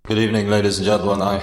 Good evening, ladies and gentlemen.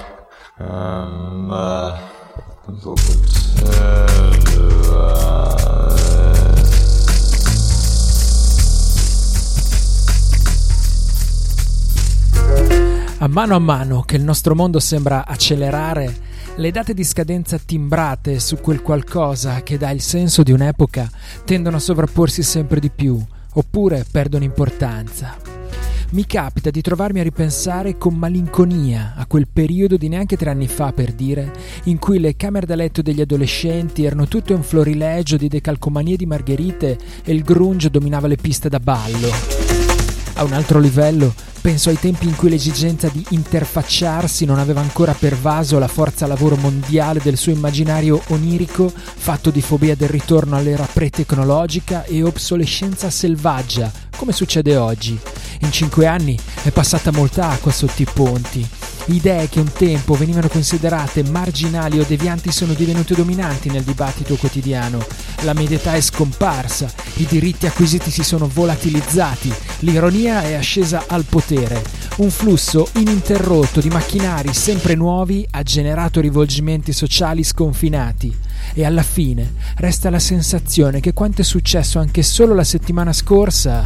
A mano che il nostro mondo sembra accelerare, le date di scadenza timbrate su quel qualcosa che dà il senso di un'epoca tendono a sovrapporsi sempre di più, oppure perdono importanza. Mi capita di trovarmi a ripensare con malinconia a quel periodo di neanche 3 anni fa, per dire, in cui le camere da letto degli adolescenti erano tutte un florilegio di decalcomanie di margherite e il grunge dominava le piste da ballo. A un altro livello, penso ai tempi in cui l'esigenza di interfacciarsi non aveva ancora pervaso la forza lavoro mondiale del suo immaginario onirico, fatto di fobia del ritorno all'era pre-tecnologica e obsolescenza selvaggia, come succede oggi. In 5 anni è passata molta acqua sotto i ponti. Idee che un tempo venivano considerate marginali o devianti sono divenute dominanti nel dibattito quotidiano. La media età è scomparsa, i diritti acquisiti si sono volatilizzati, l'ironia è ascesa al potere. Un flusso ininterrotto di macchinari sempre nuovi ha generato rivolgimenti sociali sconfinati. E alla fine resta la sensazione che quanto è successo anche solo la settimana scorsa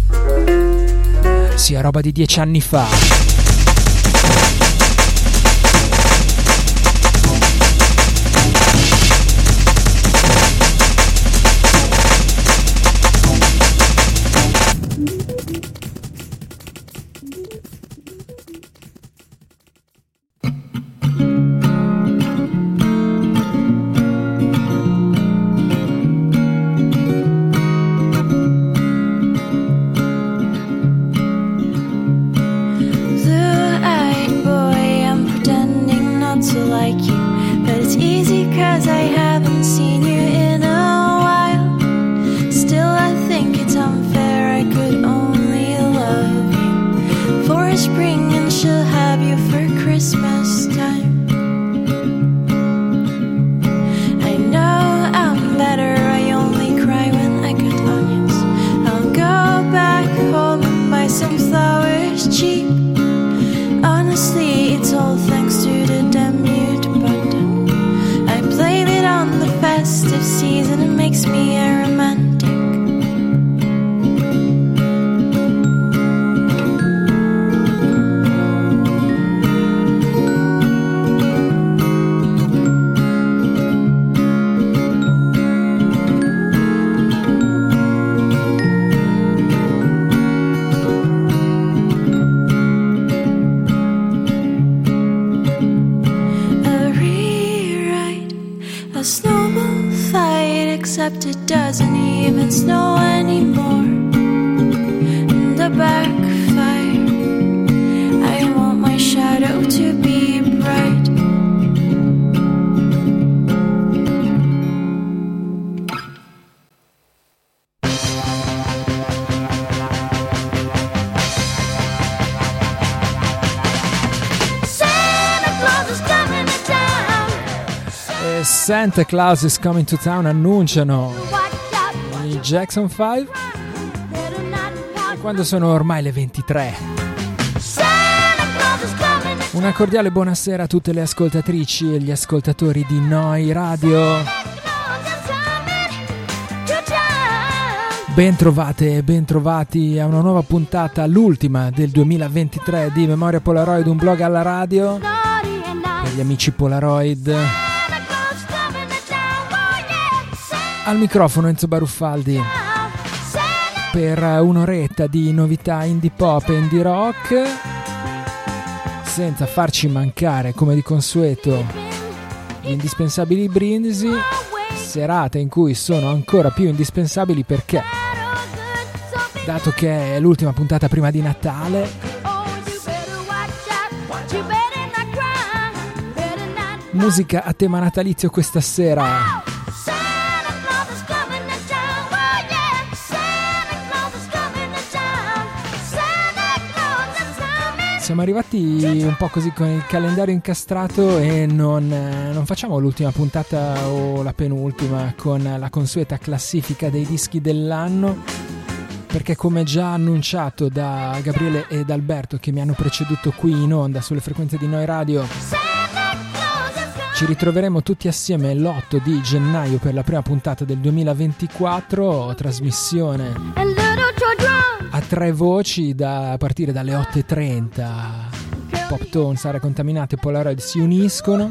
sia roba di 10 anni fa. Santa Claus is Coming to Town annunciano i Jackson 5 quando sono ormai le 23. Una cordiale buonasera a tutte le ascoltatrici e gli ascoltatori di Noi Radio. Bentrovate e bentrovati a una nuova puntata, l'ultima del 2023 di Memoria Polaroid, un blog alla radio per gli amici Polaroid. Al microfono Enzo Baruffaldi per un'oretta di novità indie pop e indie rock, senza farci mancare, come di consueto, gli indispensabili brindisi, serate in cui sono ancora più indispensabili perché, dato che è l'ultima puntata prima di Natale, musica a tema natalizio questa sera. Siamo arrivati un po' così con il calendario incastrato e non facciamo l'ultima puntata o la penultima con la consueta classifica dei dischi dell'anno, perché come già annunciato da Gabriele ed Alberto che mi hanno preceduto qui in onda sulle frequenze di Noi Radio, ci ritroveremo tutti assieme l'8 di gennaio per la prima puntata del 2024, trasmissione a 3 voci a partire dalle 8:30. Pop Tones, Area Contaminate e Polaroid si uniscono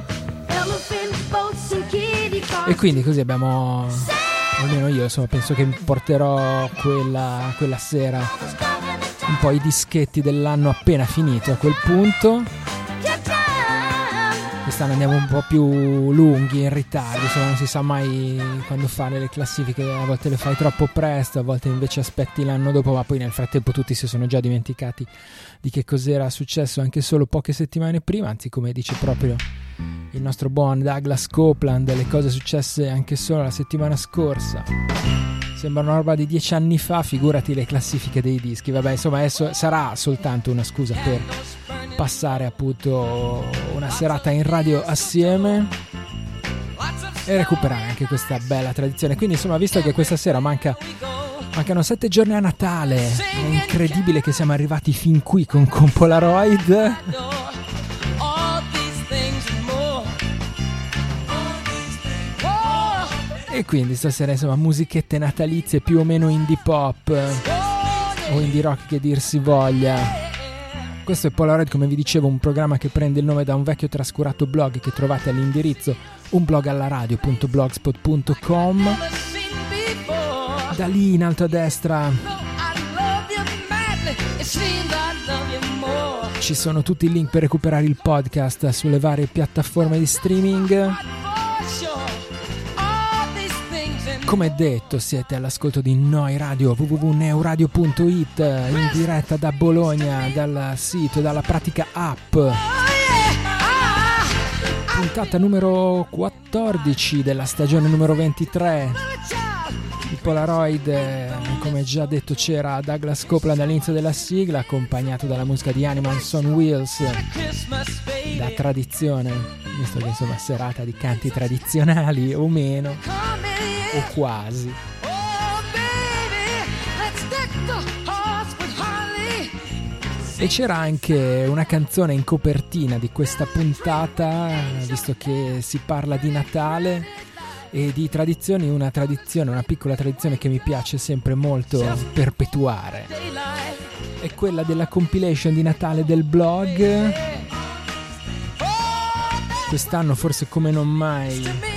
e quindi così abbiamo, almeno io insomma penso che porterò quella sera un po' i dischetti dell'anno appena finito. A quel punto quest'anno andiamo un po' più lunghi, in ritardo, insomma non si sa mai quando fare le classifiche, a volte le fai troppo presto, a volte invece aspetti l'anno dopo, ma poi nel frattempo tutti si sono già dimenticati di che cos'era successo anche solo poche settimane prima, anzi come dice proprio il nostro buon Douglas Copeland, le cose successe anche solo la settimana scorsa sembra una roba di 10 anni fa, figurati le classifiche dei dischi. Vabbè, insomma adesso sarà soltanto una scusa per passare appunto una serata in radio assieme e recuperare anche questa bella tradizione. Quindi insomma, visto che questa sera mancano 7 giorni a Natale, è incredibile che siamo arrivati fin qui con Polaroid. E quindi stasera insomma musichette natalizie più o meno indie pop o indie rock che dir si voglia. Questo è Polaroid, come vi dicevo, un programma che prende il nome da un vecchio trascurato blog che trovate all'indirizzo unblogallaradio.blogspot.com. Da lì in alto a destra ci sono tutti i link per recuperare il podcast sulle varie piattaforme di streaming. Come detto, siete all'ascolto di Noi Radio, www.neuradio.it, in diretta da Bologna, dal sito, dalla pratica app. Puntata numero 14 della stagione numero 23. Il Polaroid, come già detto, c'era Douglas Copeland all'inizio della sigla, accompagnato dalla musica di Animals on Wheels, da tradizione, visto che insomma serata di canti tradizionali o meno. O quasi. E c'era anche una canzone in copertina di questa puntata, visto che si parla di Natale e di tradizioni, una piccola tradizione che mi piace sempre molto perpetuare. È quella della compilation di Natale del blog. Quest'anno forse come non mai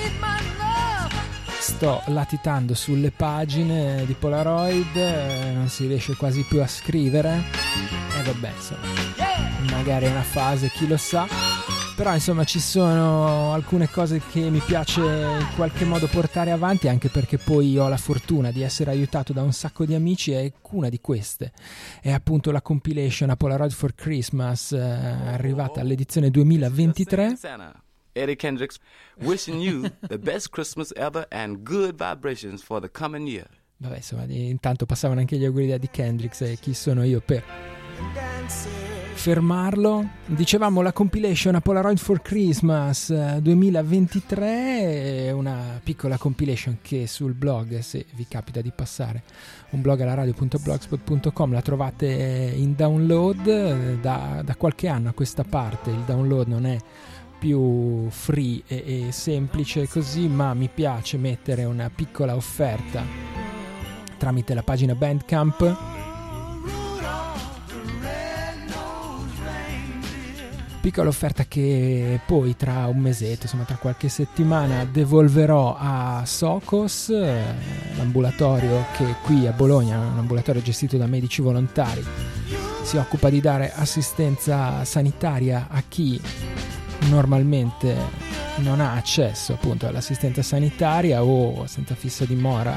sto latitando sulle pagine di Polaroid, non si riesce quasi più a scrivere e vabbè, insomma, magari è una fase, chi lo sa, però insomma ci sono alcune cose che mi piace in qualche modo portare avanti, anche perché poi ho la fortuna di essere aiutato da un sacco di amici e una di queste è appunto la compilation A Polaroid for Christmas, arrivata all'edizione 2023. Eddie Kendricks, wishing you the best Christmas ever and good vibrations for the coming year. Vabbè, insomma, intanto passavano anche gli auguri di Eddie Kendricks e chi sono io per fermarlo. Dicevamo la compilation A Polaroid for Christmas 2023, è una piccola compilation che sul blog, se vi capita di passare unblogallaradio.blogspot.com, la trovate in download da qualche anno a questa parte. Il download non è più free e semplice così, ma mi piace mettere una piccola offerta tramite la pagina Bandcamp, piccola offerta che poi tra un mesetto, insomma tra qualche settimana, devolverò a Socos, l'ambulatorio che qui a Bologna è un ambulatorio gestito da medici volontari, si occupa di dare assistenza sanitaria a chi normalmente non ha accesso appunto all'assistenza sanitaria o senza fissa dimora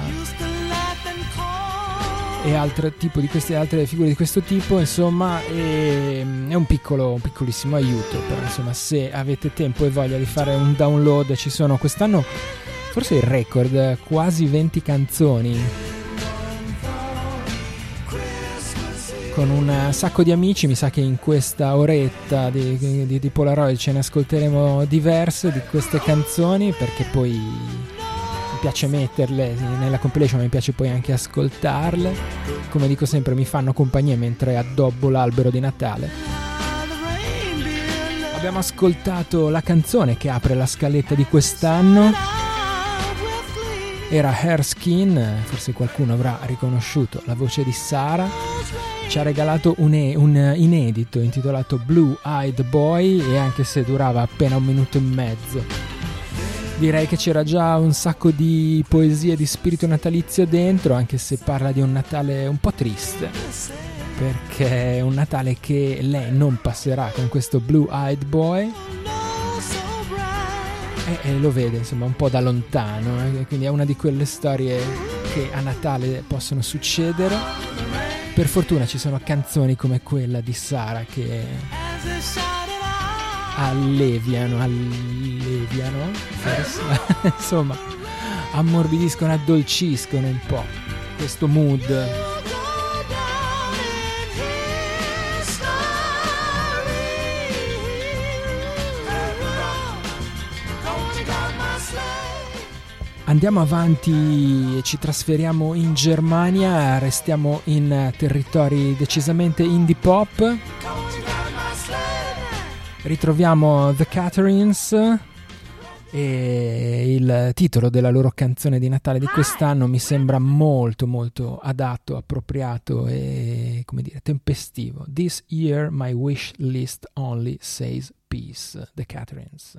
e altre figure di questo tipo, insomma è un piccolissimo aiuto. Però insomma, se avete tempo e voglia di fare un download, ci sono quest'anno forse il record, quasi 20 canzoni con un sacco di amici. Mi sa che in questa oretta di Polaroid ce ne ascolteremo diverse di queste canzoni, perché poi piace metterle nella compilation, mi piace poi anche ascoltarle. Come dico sempre, mi fanno compagnia mentre addobbo l'albero di Natale. Abbiamo ascoltato la canzone che apre la scaletta di quest'anno, era Her Skin, forse qualcuno avrà riconosciuto la voce di Sara. Ci ha regalato un inedito intitolato Blue Eyed Boy, e anche se durava appena 1 minuto e mezzo, direi che c'era già un sacco di poesia di spirito natalizio dentro, anche se parla di un Natale un po' triste, perché è un Natale che lei non passerà con questo Blue Eyed Boy, e lo vede insomma un po' da lontano, quindi è una di quelle storie che a Natale possono succedere. Per fortuna ci sono canzoni come quella di Sara che alleviano forse, insomma ammorbidiscono, addolciscono un po' questo mood. Andiamo avanti e ci trasferiamo in Germania, restiamo in territori decisamente indie pop. Ritroviamo The Catherines e il titolo della loro canzone di Natale di quest'anno mi sembra molto molto adatto, appropriato e, come dire, tempestivo. This year my wish list only says peace. The Catherines.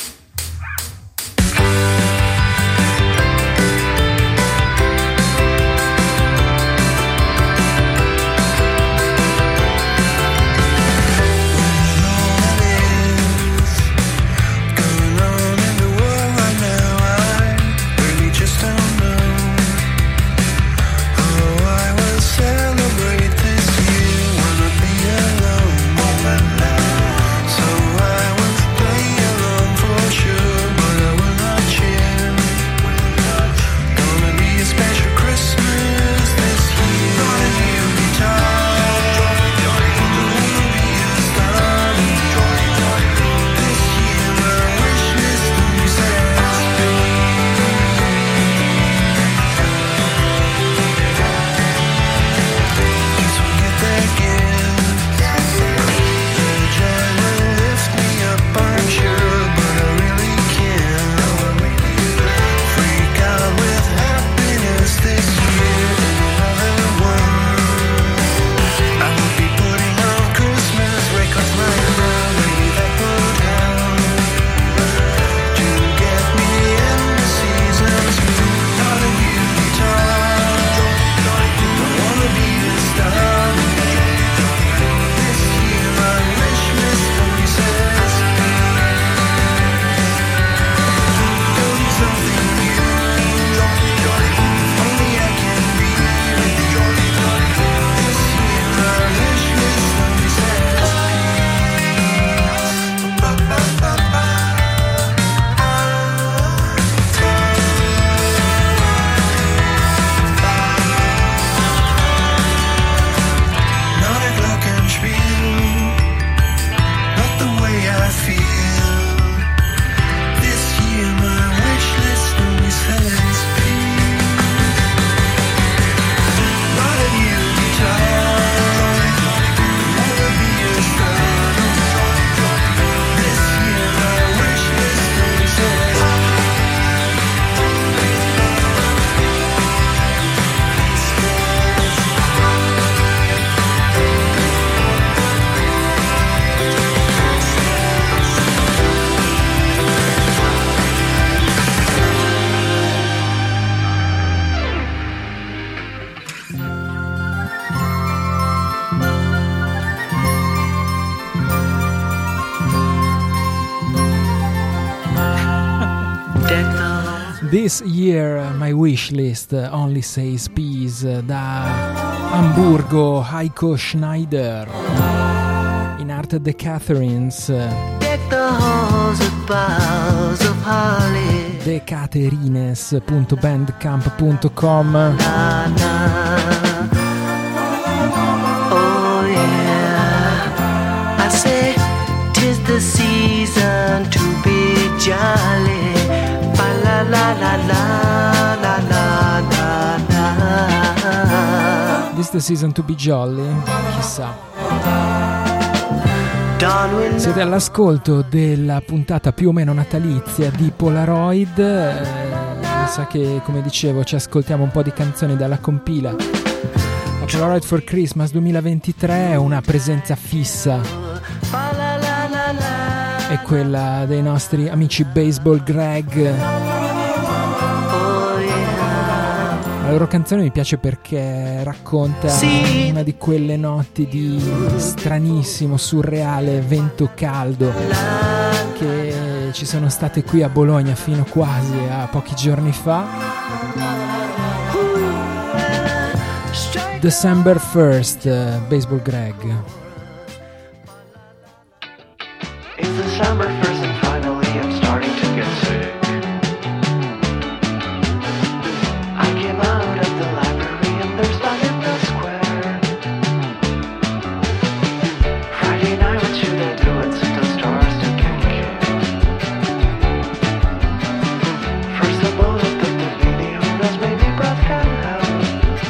This year my wish list only says peace, da Amburgo Heiko Schneider, in arte The Catherines. Deck the halls with boughs of holly. Decaterines.bandcamp.com. Oh yeah, I say 'tis the season to be jolly. Bala la la la la la la la. This the season to be jolly? Chissà. Siete all'ascolto della puntata più o meno natalizia di Polaroid. Mi sa che, come dicevo, ci ascoltiamo un po' di canzoni dalla compila. A Polaroid for Christmas 2023 è una presenza fissa. È quella dei nostri amici Baseball Greg. La loro canzone mi piace perché racconta una di quelle notti di stranissimo, surreale vento caldo che ci sono state qui a Bologna fino quasi a pochi giorni fa. December 1st, Baseball Greg. It's December 1st and finally I'm starting to get sick. I came out of the library and there's not in the square. Friday night, what should I do? It's the stars to kick. First of all, I put the video as maybe breath can help.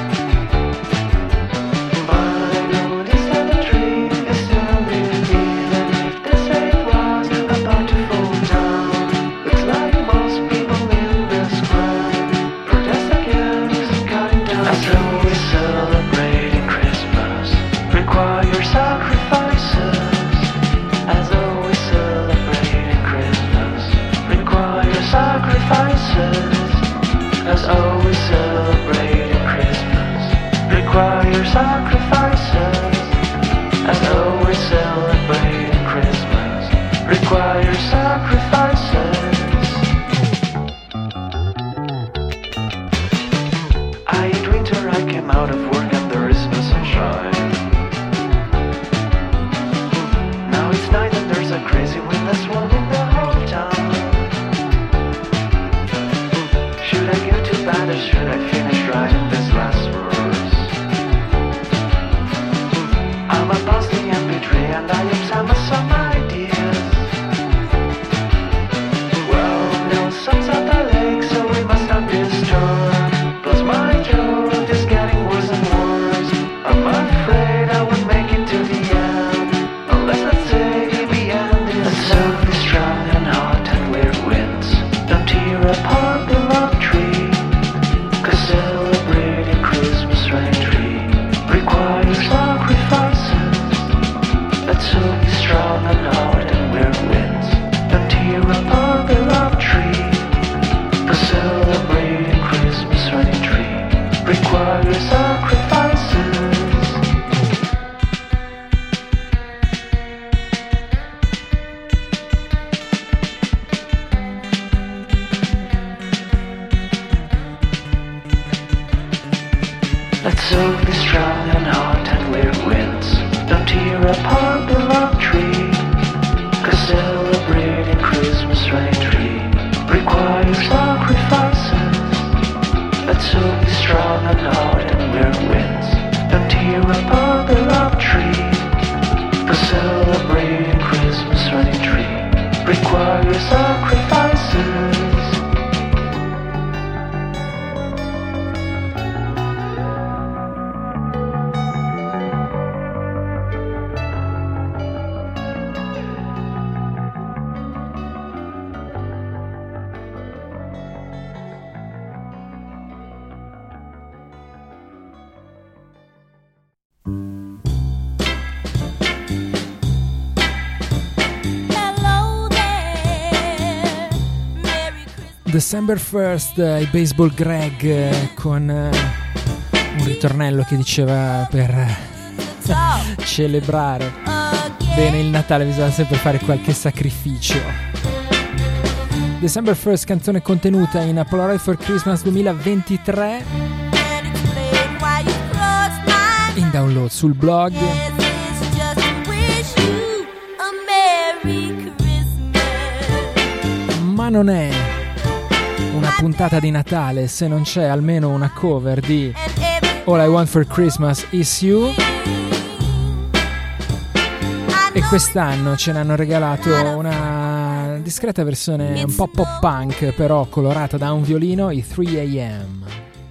But I noticed that the tree is still lit, even if the safe was about to fall down. Looks like most people in the square protest against cutting down. As always, celebrating Christmas requires sacrifices. As always, celebrating Christmas requires sacrifices. As always, celebrating Christmas requires sacrifices. As always, celebrating Christmas requires sacrifices. I hate winter, I came out of work and there is no sunshine. Now it's night and there's a crazy windless one in the whole town. Should I go to bed or should I finish writing this last verse? I'm a busting MP3 and I examine some ideas. Well, no sun's at the lake, so we must not disturb. Plus my throat is getting worse and worse. I'm afraid I won't make it to the end, unless let's say the end is so strong and hot and weird winds don't tear apart the love tree. 'Cause celebrating Christmas rain tree requires sacrifices. Let's so be strong and hot and weird winds don't tear apart the love tree. 'Cause celebrating Christmas rain tree requires sacrifices. Let's so be strong and hot and weird winds don't tear apart the love tree. 'Cause celebrating Christmas rain tree requires sacrifices. Let's so be strong and hot and weird winds don't tear apart the love tree. 'Cause celebrating Christmas rain tree requires sacrifices. December 1st, i Baseball Greg con un ritornello che diceva per celebrare bene il Natale bisogna sempre fare qualche sacrificio. December 1st, canzone contenuta in Polaroid for Christmas 2023 in download sul blog. Ma non è una puntata di Natale se non c'è almeno una cover di All I Want for Christmas Is You, e quest'anno ce ne hanno regalato una discreta versione un po' pop punk, però colorata da un violino, i 3 AM.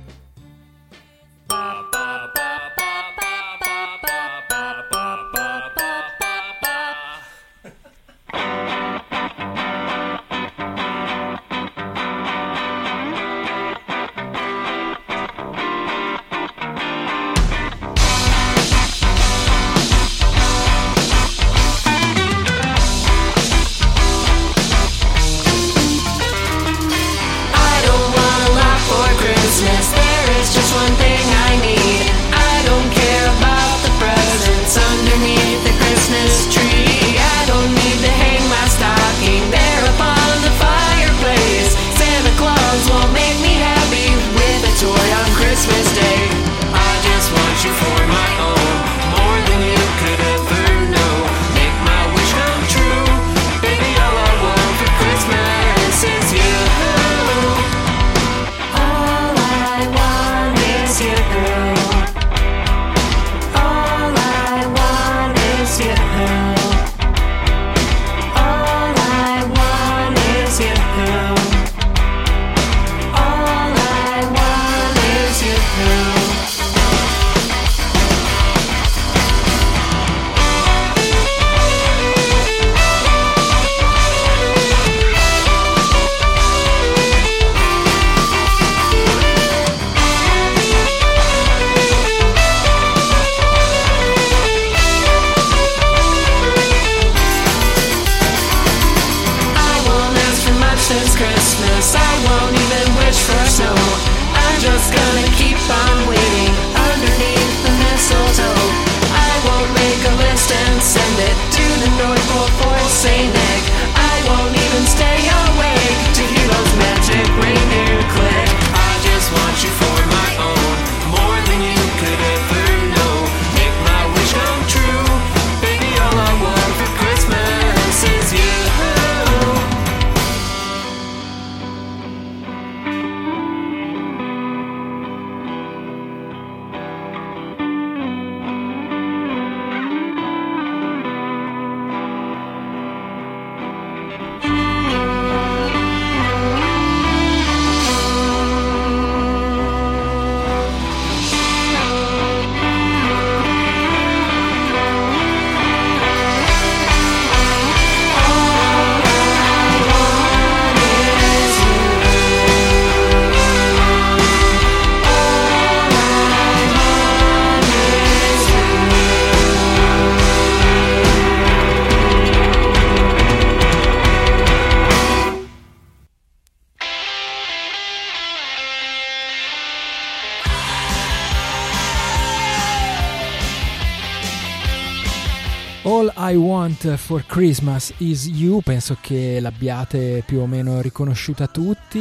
All I Want for Christmas is You, penso che l'abbiate più o meno riconosciuta tutti,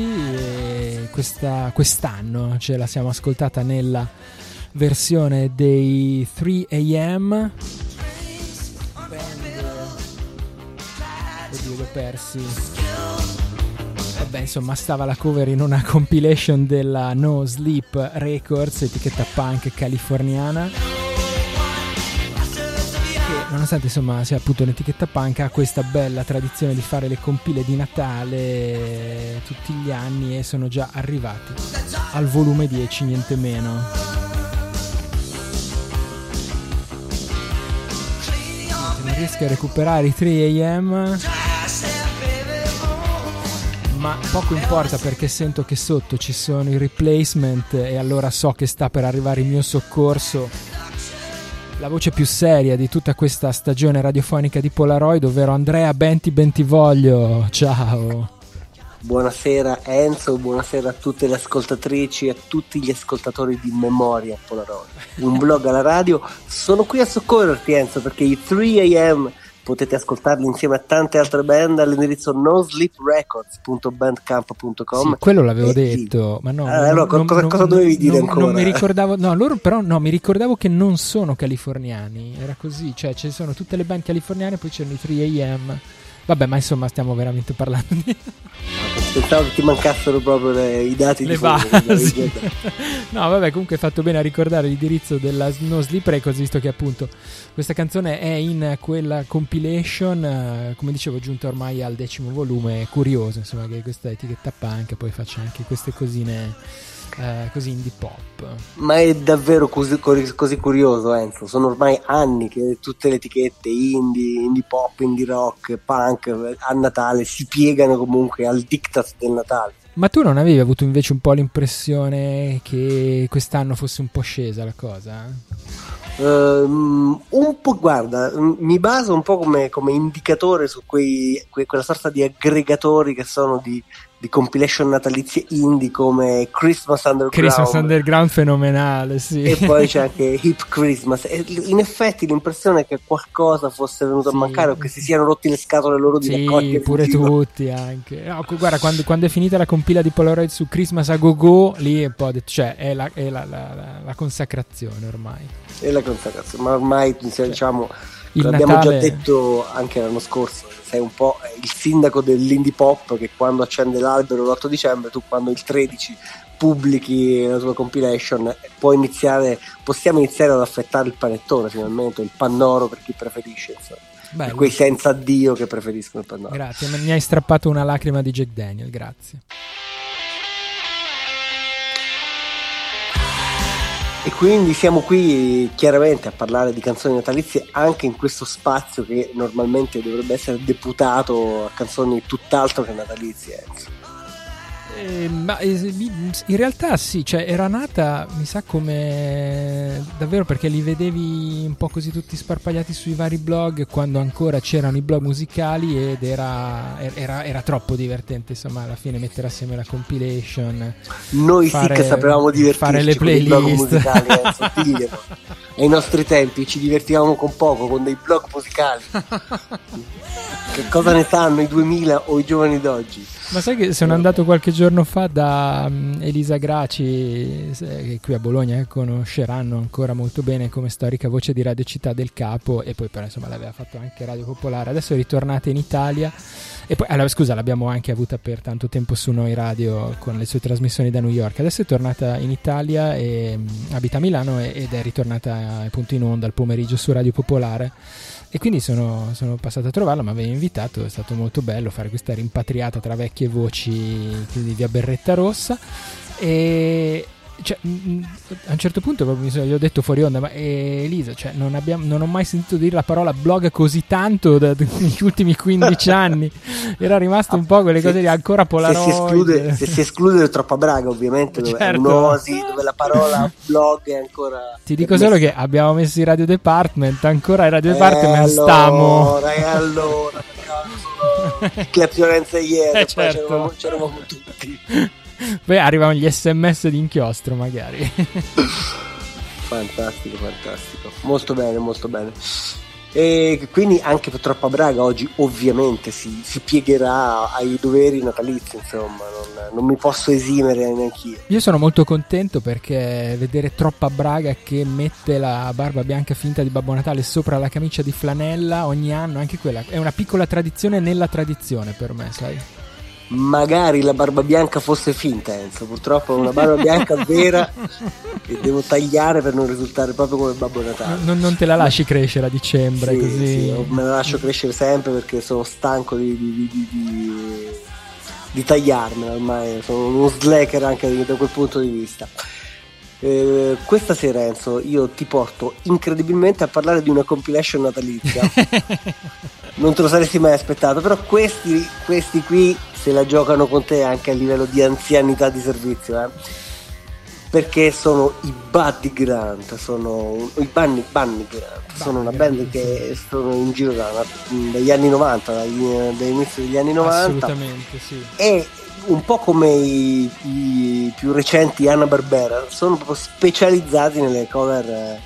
e quest'anno ce la siamo ascoltata nella versione dei 3 AM. Oddio, li ho persi. Vabbè, insomma, stava la cover in una compilation della No Sleep Records, etichetta punk californiana, nonostante insomma sia appunto un'etichetta punk, ha questa bella tradizione di fare le compile di Natale tutti gli anni, e sono già arrivati al volume 10, niente meno. Non riesco a recuperare i 3 AM, ma poco importa, perché sento che sotto ci sono i replacement, e allora so che sta per arrivare il mio soccorso, la voce più seria di tutta questa stagione radiofonica di Polaroid, ovvero Andrea Bentivoglio. Ciao. Buonasera Enzo, buonasera a tutte le ascoltatrici e a tutti gli ascoltatori di Memoria Polaroid, un blog alla radio. Sono qui a soccorrerti Enzo, perché i 3 AM potete ascoltarli insieme a tante altre band all'indirizzo nosleeprecords.bandcamp.com. Sì, quello l'avevo detto, ma no. Allora, cosa dovevi dire ancora? Non mi ricordavo, no, loro però no, mi ricordavo che non sono californiani, era così, cioè ci sono tutte le band californiane, poi c'erano i 3 AM Vabbè, ma insomma stiamo veramente parlando di Pensavo che ti mancassero proprio i dati le di fondo, basi. No, vabbè, comunque hai fatto bene a ricordare l'indirizzo della No Sleep Records, visto che appunto questa canzone è in quella compilation, come dicevo, giunta ormai al 10° volume. È curioso, insomma, che questa etichetta punk poi faccia anche queste cosine così indie pop. Ma è davvero così curioso, Enzo? Sono ormai anni che tutte le etichette indie pop, indie rock, punk a Natale si piegano comunque al diktat del Natale. Ma tu non avevi avuto invece un po' l'impressione che quest'anno fosse un po' scesa la cosa? Un po', guarda, mi baso un po' come indicatore su quella sorta di aggregatori che sono di compilation natalizie indie come Christmas Underground fenomenale, sì. E poi c'è anche Hip Christmas, e in effetti l'impressione è che qualcosa fosse venuto a mancare, o che si siano rotti le scatole loro di raccogliere pure tutti anche. No, guarda, quando è finita la compila di Polaroid su Christmas a go lì è un po' cioè è la consacrazione ormai. È la consacrazione, ma ormai diciamo L'abbiamo Natale... già detto anche l'anno scorso, sei un po' il sindaco dell'indie pop che quando accende l'albero l'8 dicembre, tu quando il 13 pubblichi la tua compilation possiamo iniziare ad affettare il panettone finalmente, il pannoro per chi preferisce, insomma. Per quei senza Dio che preferiscono il pannoro. Grazie, mi hai strappato una lacrima di Jack Daniel, grazie. E quindi siamo qui chiaramente a parlare di canzoni natalizie anche in questo spazio che normalmente dovrebbe essere deputato a canzoni tutt'altro che natalizie. Ma in realtà sì, cioè era nata, mi sa, come davvero perché li vedevi un po' così tutti sparpagliati sui vari blog quando ancora c'erano i blog musicali, ed era troppo divertente, insomma, alla fine mettere assieme la compilation. Noi sì che sapevamo divertirci, fare le playlist con i blog musicali, ai nostri tempi ci divertivamo con poco, con dei blog musicali. Che cosa ne sanno i 2000 o i giovani d'oggi? Ma sai che sono andato qualche giorno fa da Elisa Graci, che qui a Bologna conosceranno ancora molto bene come storica voce di Radio Città del Capo, e poi però insomma l'aveva fatto anche Radio Popolare, adesso è ritornata in Italia, e poi scusa, l'abbiamo anche avuta per tanto tempo su Noi Radio con le sue trasmissioni da New York, adesso è tornata in Italia e abita a Milano ed è ritornata appunto in onda al pomeriggio su Radio Popolare. E quindi sono passato a trovarla, mi aveva invitato, è stato molto bello fare questa rimpatriata tra vecchie voci di via Berretta Rossa. E cioè, a un certo punto gli ho detto fuori onda, ma Elisa, cioè, non ho mai sentito dire la parola blog così tanto negli ultimi 15 anni. Era rimasto un po' quelle cose di ancora Polaroid. Se si esclude Troppa Braga, ovviamente, dove è un'osi, dove la parola blog è ancora... Ti dico solo che abbiamo messo il Radio Department, ancora il Radio Department stiamo... allora, Club Fiorenza ieri, certo. c'eravamo tutti. Poi arrivano gli SMS di inchiostro magari. Fantastico, molto bene. E quindi anche per Troppa Braga oggi ovviamente si piegherà ai doveri natalizi, insomma, non mi posso esimere neanch'io. Io sono molto contento perché vedere Troppa Braga che mette la barba bianca finta di Babbo Natale sopra la camicia di flanella ogni anno, anche quella è una piccola tradizione nella tradizione per me, sai? Magari la barba bianca fosse finta, Enzo, purtroppo è una barba bianca vera che devo tagliare per non risultare proprio come Babbo Natale. Non te la lasci crescere a dicembre? Sì, così? Sì, me la lascio crescere sempre perché sono stanco di tagliarmela, ormai sono uno slacker anche da quel punto di vista. Questa sera, Enzo, io ti porto incredibilmente a parlare di una compilation natalizia. Non te lo saresti mai aspettato, però questi qui se la giocano con te anche a livello di anzianità di servizio, perché sono i Buddy Grant, sono i Bunny Grant, sono una band che sono in giro dagli anni 90, dall'inizio degli anni 90. Assolutamente, sì. E un po' come i più recenti Hanna-Barbera, sono proprio specializzati nelle cover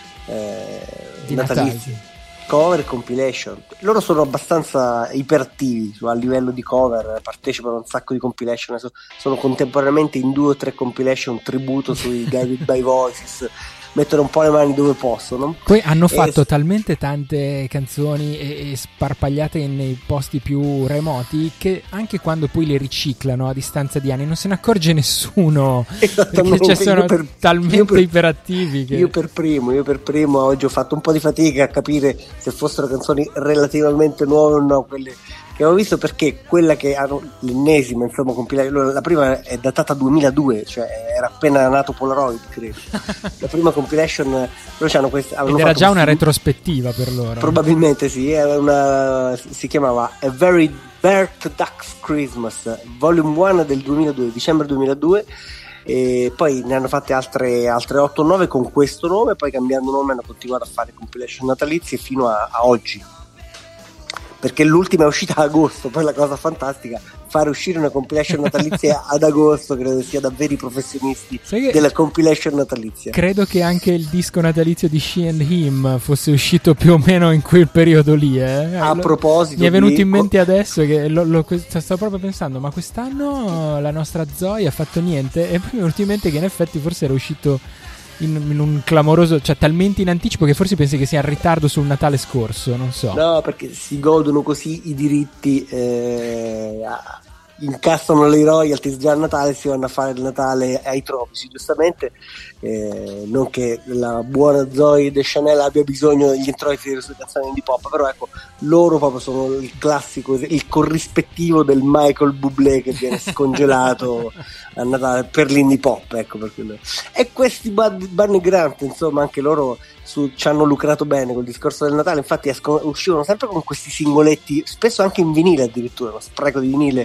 natalizie, cover e compilation. Loro sono abbastanza iperattivi a livello di cover, partecipano a un sacco di compilation, sono contemporaneamente in 2 o 3 compilation tributo sui Guided by Voices, mettere un po' le mani dove possono. Poi hanno fatto talmente tante canzoni e sparpagliate nei posti più remoti che anche quando poi le riciclano a distanza di anni non se ne accorge nessuno, perché sono talmente iperattivi che... Io per primo oggi ho fatto un po' di fatica a capire se fossero canzoni relativamente nuove o no quelle che avevo visto, perché quella che hanno l'ennesima, insomma, compilation, la prima è datata 2002, cioè era appena nato Polaroid, credo. La prima compilation loro c'hanno questa, ed era già una retrospettiva per loro, probabilmente sì, si chiamava A Very Bert Ducks Christmas Volume 1 del 2002, dicembre 2002, e poi ne hanno fatte altre 8 o 9 con questo nome, poi cambiando nome hanno continuato a fare compilation natalizie fino a oggi, perché l'ultima è uscita a agosto. Poi la cosa fantastica, fare uscire una compilation natalizia ad agosto credo sia da veri professionisti della compilation natalizia. Credo che anche il disco natalizio di She and Him fosse uscito più o meno in quel periodo lì, a proposito, mi è venuto in mente adesso che stavo proprio pensando, ma quest'anno la nostra Zoe ha fatto niente, e poi mi è venuto in mente che in effetti forse era uscito in un clamoroso, cioè talmente in anticipo che forse pensi che sia in ritardo sul Natale scorso, non so. No, perché si godono così i diritti, incassano le royalties già a Natale e si vanno a fare il Natale ai tropici, giustamente. Non che la buona Zoe Deschanel abbia bisogno degli introiti delle sue canzoni di pop, però ecco, loro proprio sono il classico, il corrispettivo del Michael Bublé che viene scongelato a Natale per l'indie pop, ecco, per quello. E questi Bunny Grant, insomma, anche loro ci hanno lucrato bene col discorso del Natale, infatti uscivano sempre con questi singoletti, spesso anche in vinile addirittura, uno spreco di vinile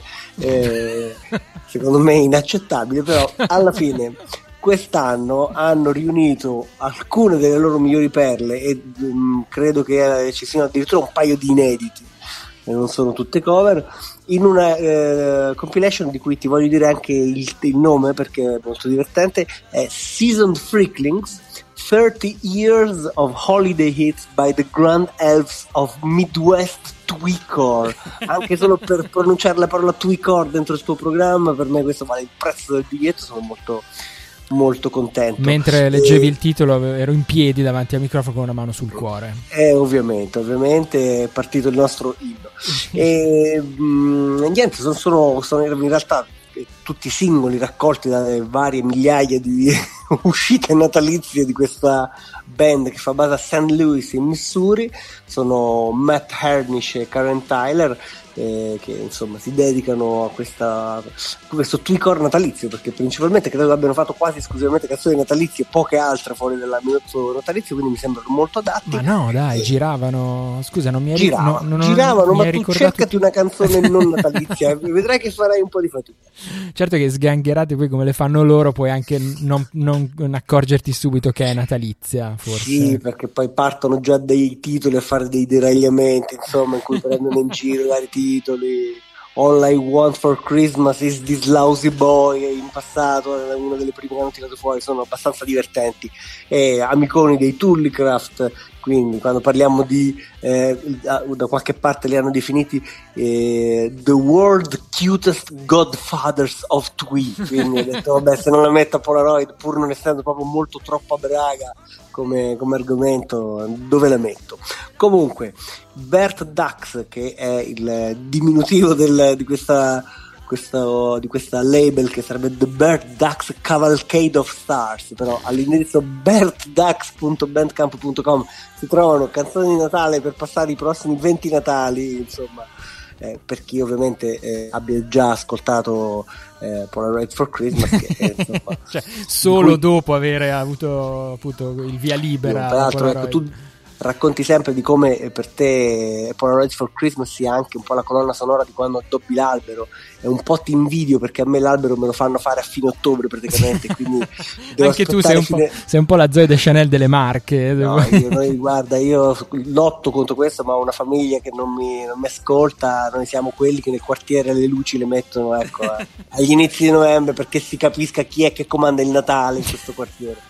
secondo me inaccettabile, però alla fine quest'anno hanno riunito alcune delle loro migliori perle e credo che ci siano addirittura un paio di inediti, e non sono tutte cover, in una compilation di cui ti voglio dire anche il nome perché è molto divertente. È Seasoned Freaklings 30 Years of Holiday Hits by the Grand Elves of Midwest Tweakor. Anche solo per pronunciare la parola Tweakor dentro il tuo programma, per me questo vale il prezzo del biglietto, sono molto molto contento. Mentre leggevi il titolo ero in piedi davanti al microfono con una mano sul cuore. Ovviamente è partito il nostro inno. E niente, sono in realtà tutti singoli raccolti dalle varie migliaia di uscite natalizie di questa band che fa base a St. Louis in Missouri. Sono Matt Hernish e Karen Tyler, che insomma si dedicano a questo Tweakor natalizio, perché principalmente credo abbiano fatto quasi esclusivamente canzoni natalizie, poche altre fuori dall'ambito natalizio, quindi mi sembrano molto adatti. Ma no, dai, giravano, scusa, non mi giravano, ma tu cercati una canzone non natalizia, vedrai che farai un po' di fatica. Certo che sgangherate poi come le fanno loro, puoi anche non accorgerti subito che è natalizia, forse. Sì, perché poi partono già dei titoli a fare dei deragliamenti, insomma, in cui prendono in giro vari titoli. All I Want for Christmas is This Lousy Boy, in passato era una delle prime che hanno tirato fuori, sono abbastanza divertenti, amiconi dei Tullycraft, quindi quando parliamo di da qualche parte li hanno definiti the world cutest godfathers of Twee, quindi ho detto vabbè, se non la metto a Polaroid, pur non essendo proprio molto troppo a braga come argomento, dove la metto? Comunque Bert Ducks, che è il diminutivo di questa label, che sarebbe The Bert Ducks Cavalcade of Stars, però all'indirizzo bertducks.bandcamp.com si trovano canzoni di Natale per passare i prossimi 20 Natali, insomma, per chi ovviamente abbia già ascoltato Polaroid for Christmas, che insomma, cioè, solo dopo aver avuto appunto il via libera. Peraltro, ecco, tu racconti sempre di come per te Polaroid for Christmas sia anche un po' la colonna sonora di quando addobbi l'albero, e un po' ti invidio perché a me l'albero me lo fanno fare a fine ottobre praticamente, quindi anche tu sei un po' la Zoe Deschanel delle Marche. No, guarda, io lotto contro questo, ma ho una famiglia che non mi ascolta, noi siamo quelli che nel quartiere le luci le mettono, ecco, agli inizi di novembre, perché si capisca chi è che comanda il Natale in questo quartiere.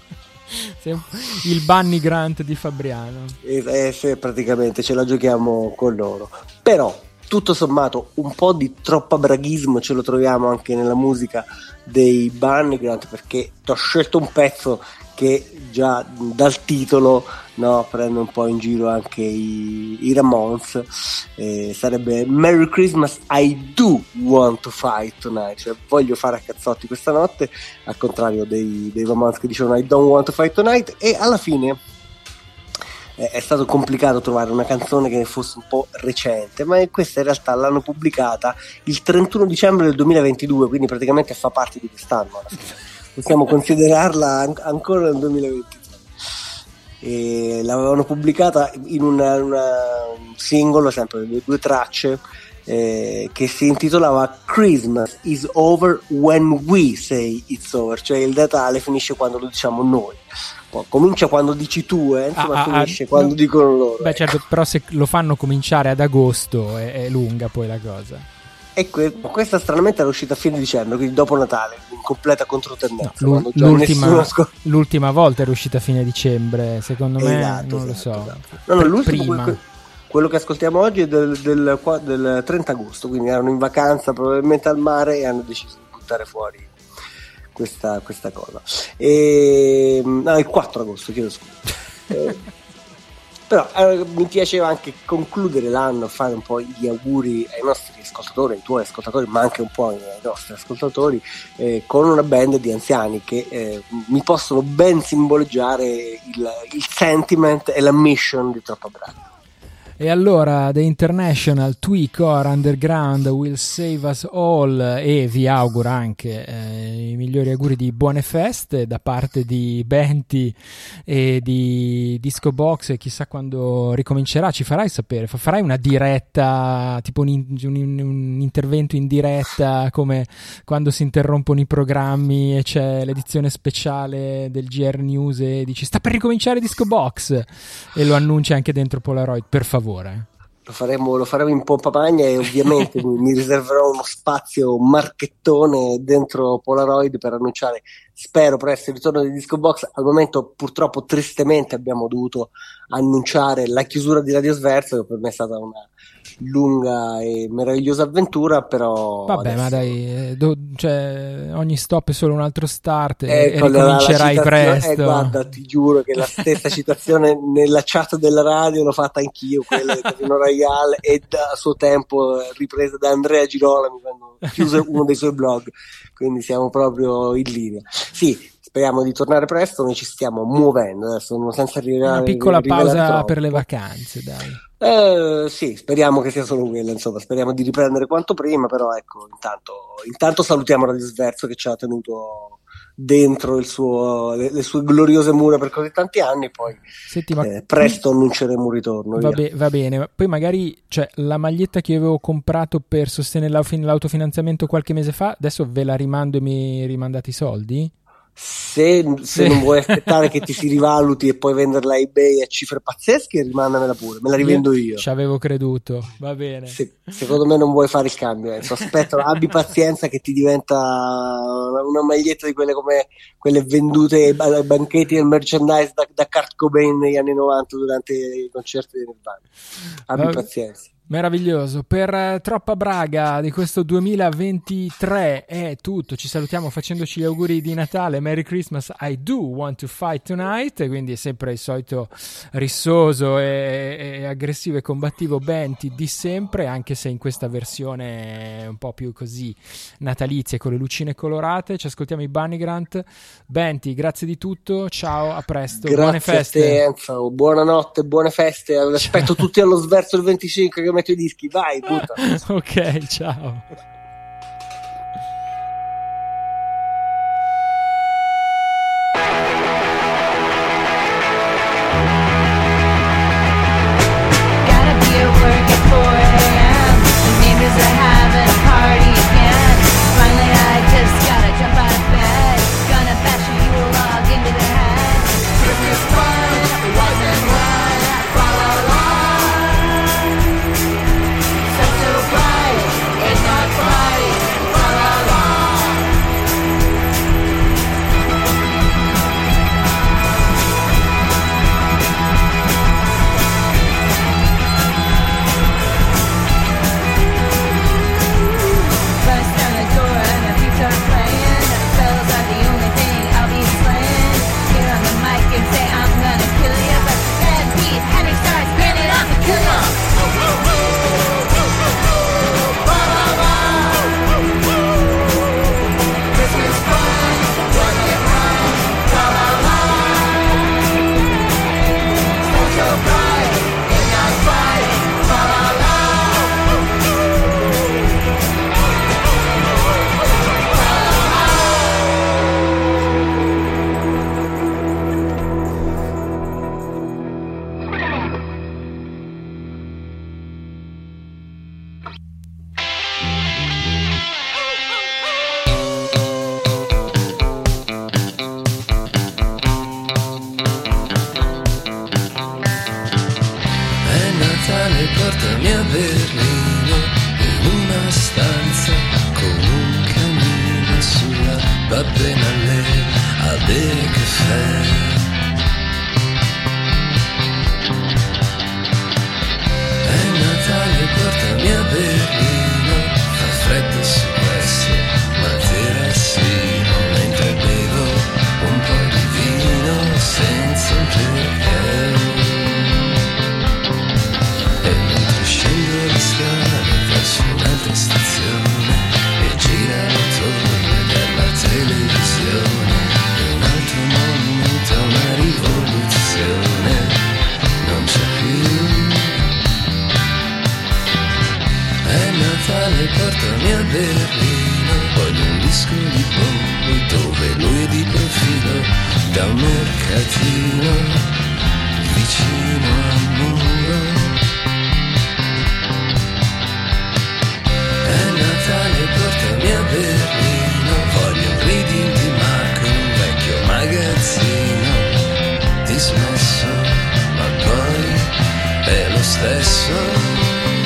Il Bunny Grant di Fabriano. Sì, praticamente ce la giochiamo con loro. Però tutto sommato un po' di troppa braghismo ce lo troviamo anche nella musica dei Bunnygrant, perché ti ho scelto un pezzo che già dal titolo, no, prende un po' in giro anche i Ramones. Sarebbe Merry Christmas, I do want to fight tonight, cioè voglio fare a cazzotti questa notte, al contrario dei Ramones che dicevano I don't want to fight tonight. E alla fine è stato complicato trovare una canzone che fosse un po' recente, ma questa in realtà l'hanno pubblicata il 31 dicembre del 2022, quindi praticamente fa parte di quest'anno. Possiamo considerarla ancora nel 2023. E l'avevano pubblicata in un singolo, sempre due tracce, che si intitolava Christmas is over when we say it's over, cioè il Natale finisce quando lo diciamo noi. Comincia quando dici tu, insomma, finisce quando dicono loro. Beh, certo, però se lo fanno cominciare ad agosto è lunga poi la cosa. E questa stranamente era uscita a fine dicembre, quindi dopo Natale, in completa controtendenza. No, l'ultima volta era uscita a fine dicembre, secondo me, esatto, non lo so. Esatto. No, l'ultimo, quello che ascoltiamo oggi è del 30 agosto, quindi erano in vacanza probabilmente al mare e hanno deciso di buttare fuori questa cosa. No, il 4 agosto, chiedo scusa. Però mi piaceva anche concludere l'anno, fare un po' gli auguri ai nostri ascoltatori, ai tuoi ascoltatori, ma anche un po' ai nostri ascoltatori, con una band di anziani che mi possono ben simboleggiare il sentiment e la mission di Troppa Braga. E allora The International, Tweakor, Underground Will Save Us All, e vi auguro anche i migliori auguri di buone feste da parte di Benti e di Disco Box, e chissà quando ricomincerà, ci farai sapere, farai una diretta, tipo un intervento in diretta come quando si interrompono i programmi e c'è l'edizione speciale del GR News e dici sta per ricominciare Disco Box e lo annunci anche dentro Polaroid, per favore. Lo faremo in pompa magna e ovviamente mi riserverò uno spazio marchettone dentro Polaroid per annunciare, spero presto, il ritorno di Disco Box. Al momento purtroppo tristemente abbiamo dovuto annunciare la chiusura di Radio Sverso, che per me è stata una lunga e meravigliosa avventura, però vabbè, adesso... ma dai, cioè, ogni stop è solo un altro start e ricomincerai presto. Guarda, ti giuro che la stessa citazione nella chat della radio l'ho fatta anch'io, quella di Casino Royale, e da suo tempo ripresa da Andrea Girolami quando chiuse uno dei suoi blog, quindi siamo proprio in linea. Sì, speriamo di tornare presto, noi ci stiamo muovendo adesso, senza arrivare una piccola pausa troppo per le vacanze, dai. Sì, speriamo che sia solo quella, insomma, speriamo di riprendere quanto prima, però ecco, intanto salutiamo Radio Sverso che ci ha tenuto dentro le sue gloriose mura per così tanti anni, poi senti, ma presto annunceremo un ritorno. Va bene, poi magari, cioè, la maglietta che avevo comprato per sostenere l'autofinanziamento qualche mese fa, adesso ve la rimando e mi rimandate i soldi? Se non vuoi aspettare che ti si rivaluti e poi venderla a eBay a cifre pazzesche, rimandamela pure, me la rivendo io. Ci avevo creduto, va bene. Secondo me non vuoi fare il cambio, aspetta, abbi pazienza che ti diventa una maglietta di quelle come quelle vendute ai banchetti del merchandise da Kurt Cobain negli anni 90 durante i concerti di Nirvana. Abbi pazienza. Meraviglioso. Per Troppa Braga di questo 2023 è tutto, ci salutiamo facendoci gli auguri di Natale, Merry Christmas, I do want to fight tonight, quindi è sempre il solito rissoso e aggressivo e combattivo Benti di sempre, anche se in questa versione un po' più così natalizia con le lucine colorate. Ci ascoltiamo i Bunnygrant. Benti, grazie di tutto, ciao, a presto, grazie, buone feste. Enzo, buonanotte, buone feste, aspetto tutti allo Sverso il 25 che metto i dischi, vai, puta. Ok, ciao. Gotta be at work at 4 a.m. The neighbors are having a party again. Finally I just gotta jump out of bed. Gonna bash you will log into their head. Christmas fun, it wasn't one. Follow on. So bright, it's not fun. sei. È Natale, portami a Berlino, fa freddo su questo materassino, mentre bevo un po' di vino senza un perché. E mentre scendo le scale verso un'altra stazione e gira la torre della televisione, un altro monumento a una rivoluzione non c'è più. È Natale, portami a Berlino, voglio un disco di Bowie dove lui è di profilo da un mercatino vicino al muro. È Natale, portami a Berlino, voglio un reading di Marco in un vecchio magazzino dismesso, ma poi è lo stesso.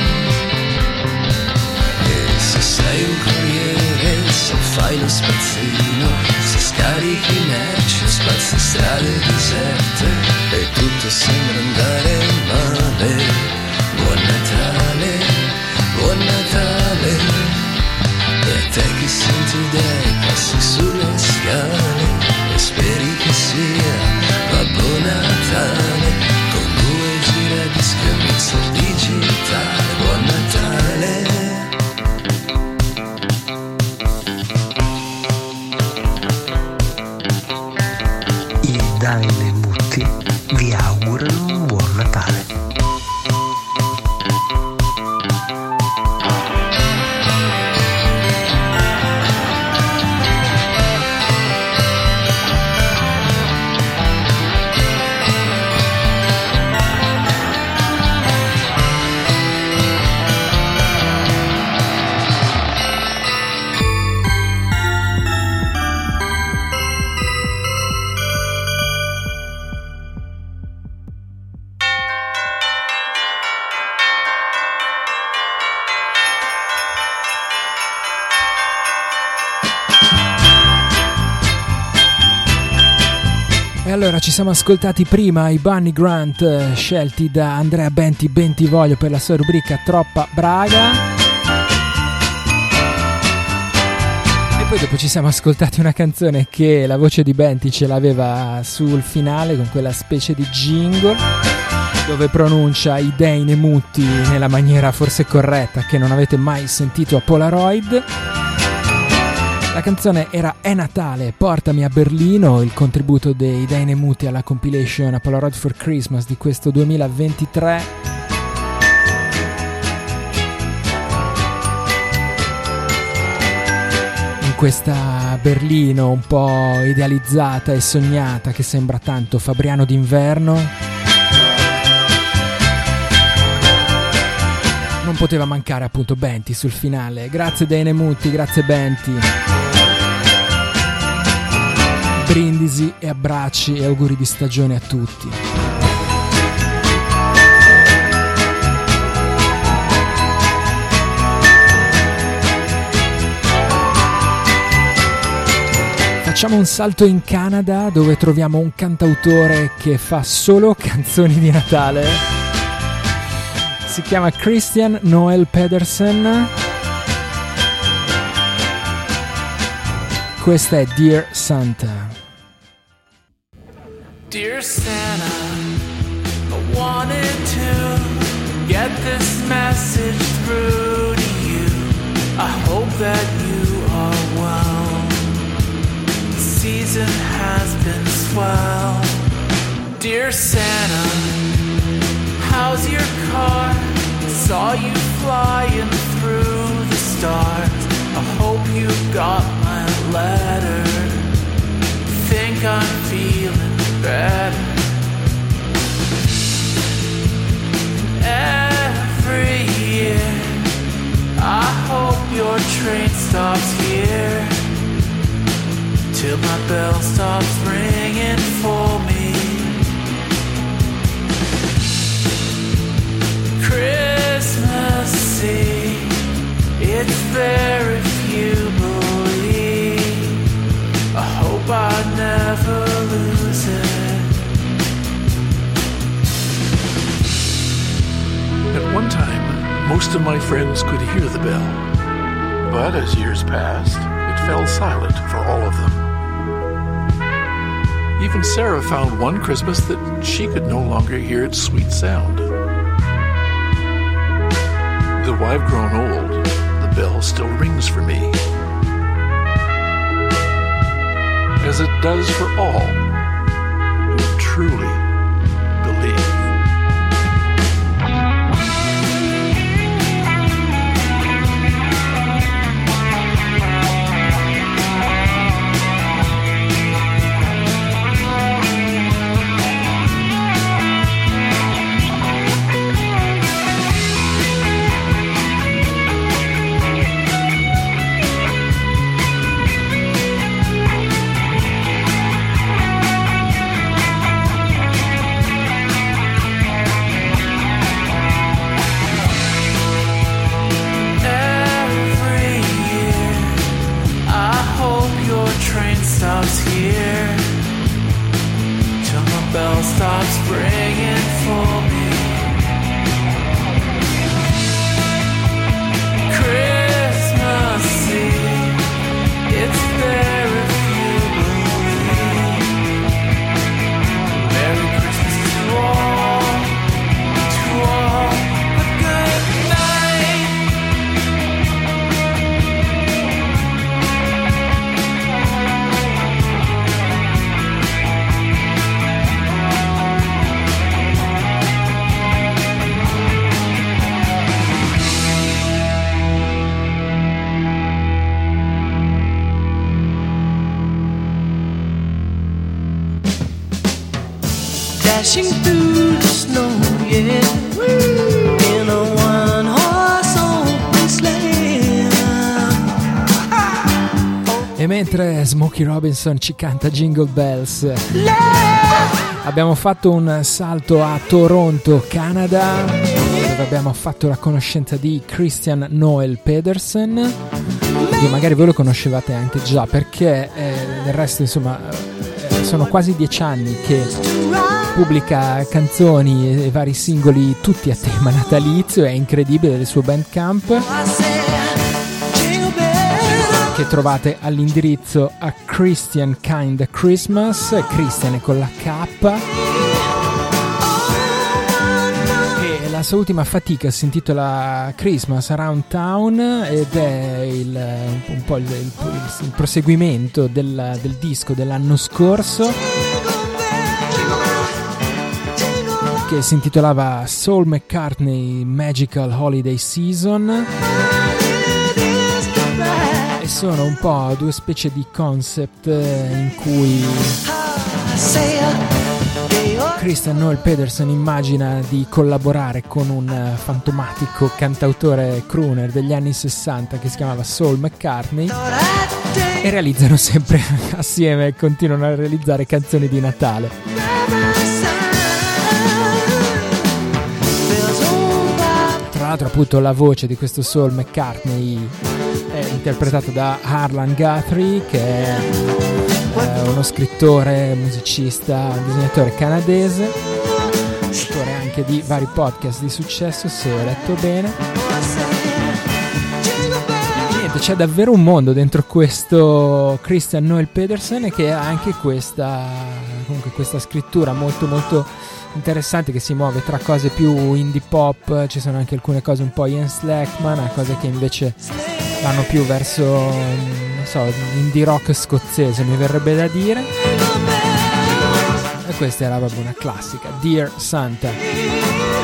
E se sei un corriere, se fai lo spazzino, se scarichi merci, spazi strade deserte e tutto sembra andare male. Buon Natale, buon Natale, e a te che senti i dei passi sulle scale e speri che sia Babbo Natale con 2 giradischi e mixer digitale. Buon Natale. I Dynamutti vi augurano un buon Natale. E allora ci siamo ascoltati prima i Bunny Grant, scelti da Andrea Bentivoglio per la sua rubrica Troppa Braga, e poi dopo ci siamo ascoltati una canzone che la voce di Benti ce l'aveva sul finale con quella specie di jingle dove pronuncia i Dynamutti nella maniera forse corretta che non avete mai sentito a Polaroid. La canzone era È Natale, portami a Berlino, il contributo dei Dynamutti alla compilation A Polaroid for Christmas di questo 2023. In questa Berlino un po' idealizzata e sognata che sembra tanto Fabriano d'inverno, non poteva mancare appunto Benti sul finale. Grazie Dynamutti, grazie Benti. Brindisi e abbracci e auguri di stagione a tutti. Facciamo un salto in Canada dove troviamo un cantautore che fa solo canzoni di Natale. Si chiama Christian Noel Pedersen. Questa è Dear Santa. Dear Santa, I wanted to get this message through to you. I hope that you are well. The season has been swell. Dear Santa, how's your car? Saw you flying through the stars. I hope you got my letter. Think I'm feeling better. Every year I hope your train stops here, till my bell stops ringing for me. Christmas Eve, it's there if you believe. I hope I never lose Most of my friends could hear the bell, but as years passed, it fell silent for all of them. Even Sarah found one Christmas that she could no longer hear its sweet sound. Though I've grown old, the bell still rings for me, as it does for all who truly believe. Stops here till the bell stops ringing for me. Christmas Eve, it's there if you believe. Merry Christmas to all, a good night. Dashing through the snow, yeah, in a one-horse open sleigh. E mentre Smokey Robinson ci canta Jingle Bells, abbiamo fatto un salto a Toronto, Canada, dove abbiamo fatto la conoscenza di Christian Noel Pedersen. Io magari voi lo conoscevate anche già, perché del resto insomma sono quasi 10 anni che pubblica canzoni e vari singoli tutti a tema natalizio. È incredibile il suo Bandcamp, che trovate all'indirizzo a Christian Kinda Christmas, Christian è con la K. E la sua ultima fatica si intitola Christmas Around Town ed è un po' il proseguimento del disco dell'anno scorso, che si intitolava Saul McCartney Magical Holiday Season, e sono un po' due specie di concept in cui Christian Noel Pedersen immagina di collaborare con un fantomatico cantautore crooner degli anni 60 che si chiamava Saul McCartney, e realizzano sempre assieme, continuano a realizzare canzoni di Natale. Tra l'altro appunto la voce di questo Saul McCartney è interpretata da Harlan Guthrie, che è uno scrittore, musicista, disegnatore canadese, autore anche di vari podcast di successo, se ho letto bene. Niente, c'è davvero un mondo dentro questo Christian Noel Pedersen, che ha anche questa scrittura molto molto interessante, che si muove tra cose più indie pop, ci sono anche alcune cose un po' Ian Slackman, cose che invece vanno più verso, non so, indie rock scozzese, mi verrebbe da dire. E questa era proprio una classica, Dear Santa.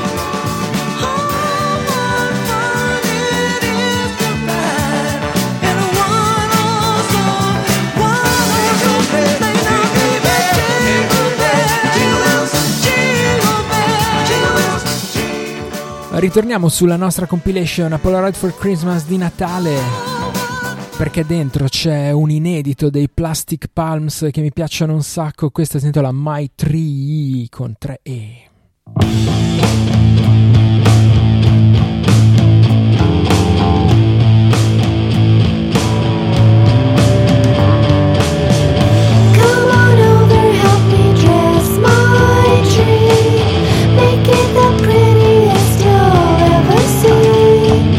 Ritorniamo sulla nostra compilation A Polaroid for Christmas di Natale, perché dentro c'è un inedito dei Plastic Palms che mi piacciono un sacco. Questo si intitola My 3E con 3E. Make it the prettiest you'll ever see.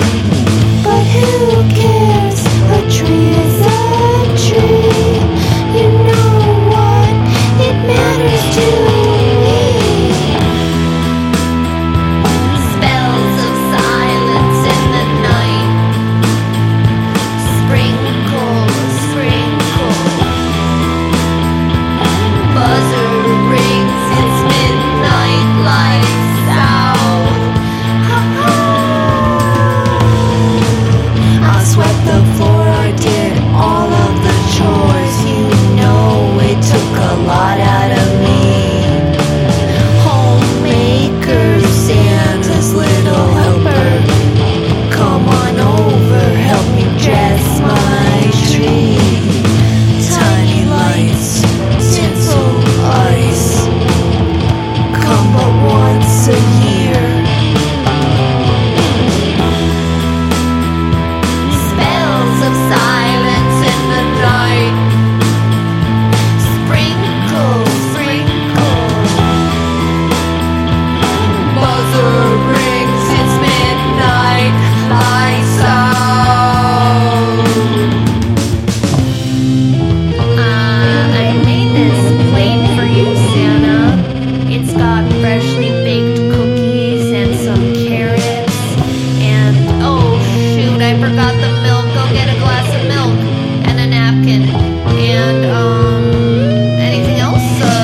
before I did all of the chores. You know it took a lot out of me. Homemaker, Santa's little helper, come on over, help me dress my tree. Tiny lights, tinsel, ice, come but once a year. Spells of silence in the night. Sprinkle, sprinkle. Buzzer rings, it's midnight. Lights out. I made this plate for you, Santa. It's got freshly baked cookies and some carrots. And oh shoot, I forgot the milk. Go get a glass of milk and a napkin. And anything else?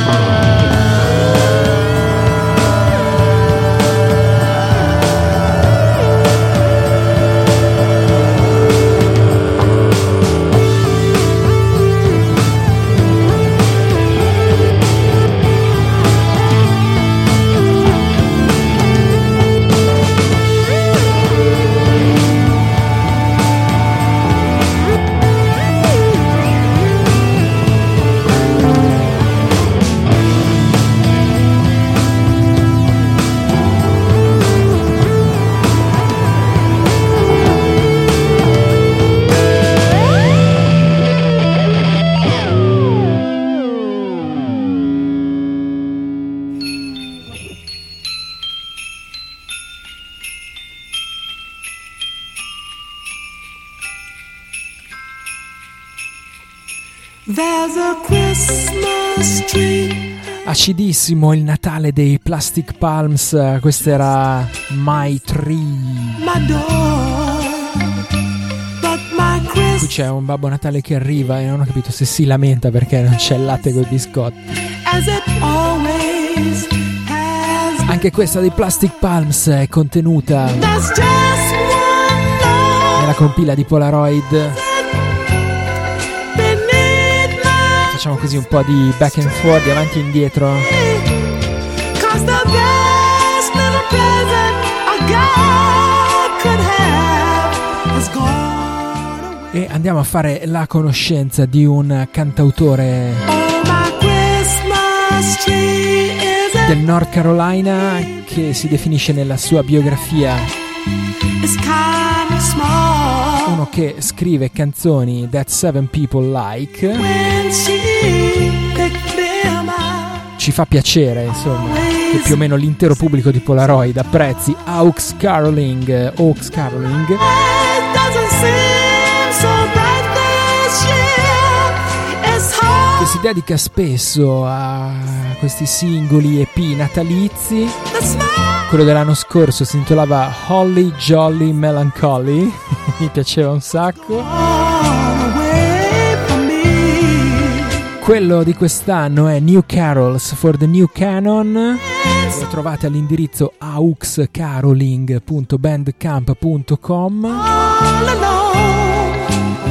There's a Christmas tree. Acidissimo il Natale dei Plastic Palms, questo era My Tree. My door, but my Christmas. Qui c'è un Babbo Natale che arriva e non ho capito se si lamenta perché non c'è il latte con i biscotti. As it always has. Anche questa dei Plastic Palms è contenuta There's just one love nella compila di Polaroid. Facciamo così un po' di back and forth, di avanti e indietro. 'cause the best little present a God could have has gone away. E andiamo a fare la conoscenza di un cantautore Oh, my Christmas tree is del North Carolina che si definisce nella sua biografia it's kind of small. uno che scrive canzoni that seven people like. When she picked them out, Ci fa piacere, insomma, che più o meno l'intero pubblico di Polaroid apprezzi Aux Caroling. it doesn't seem so bright this year. It's hard Che si dedica spesso a questi singoli EP natalizi. to smile. Quello dell'anno scorso si intitolava Holly Jolly Melancholy. Mi piaceva un sacco. Away from me. Quello di quest'anno è New Carols for the New Canon. Lo trovate all'indirizzo auxcaroling.bandcamp.com. All alone.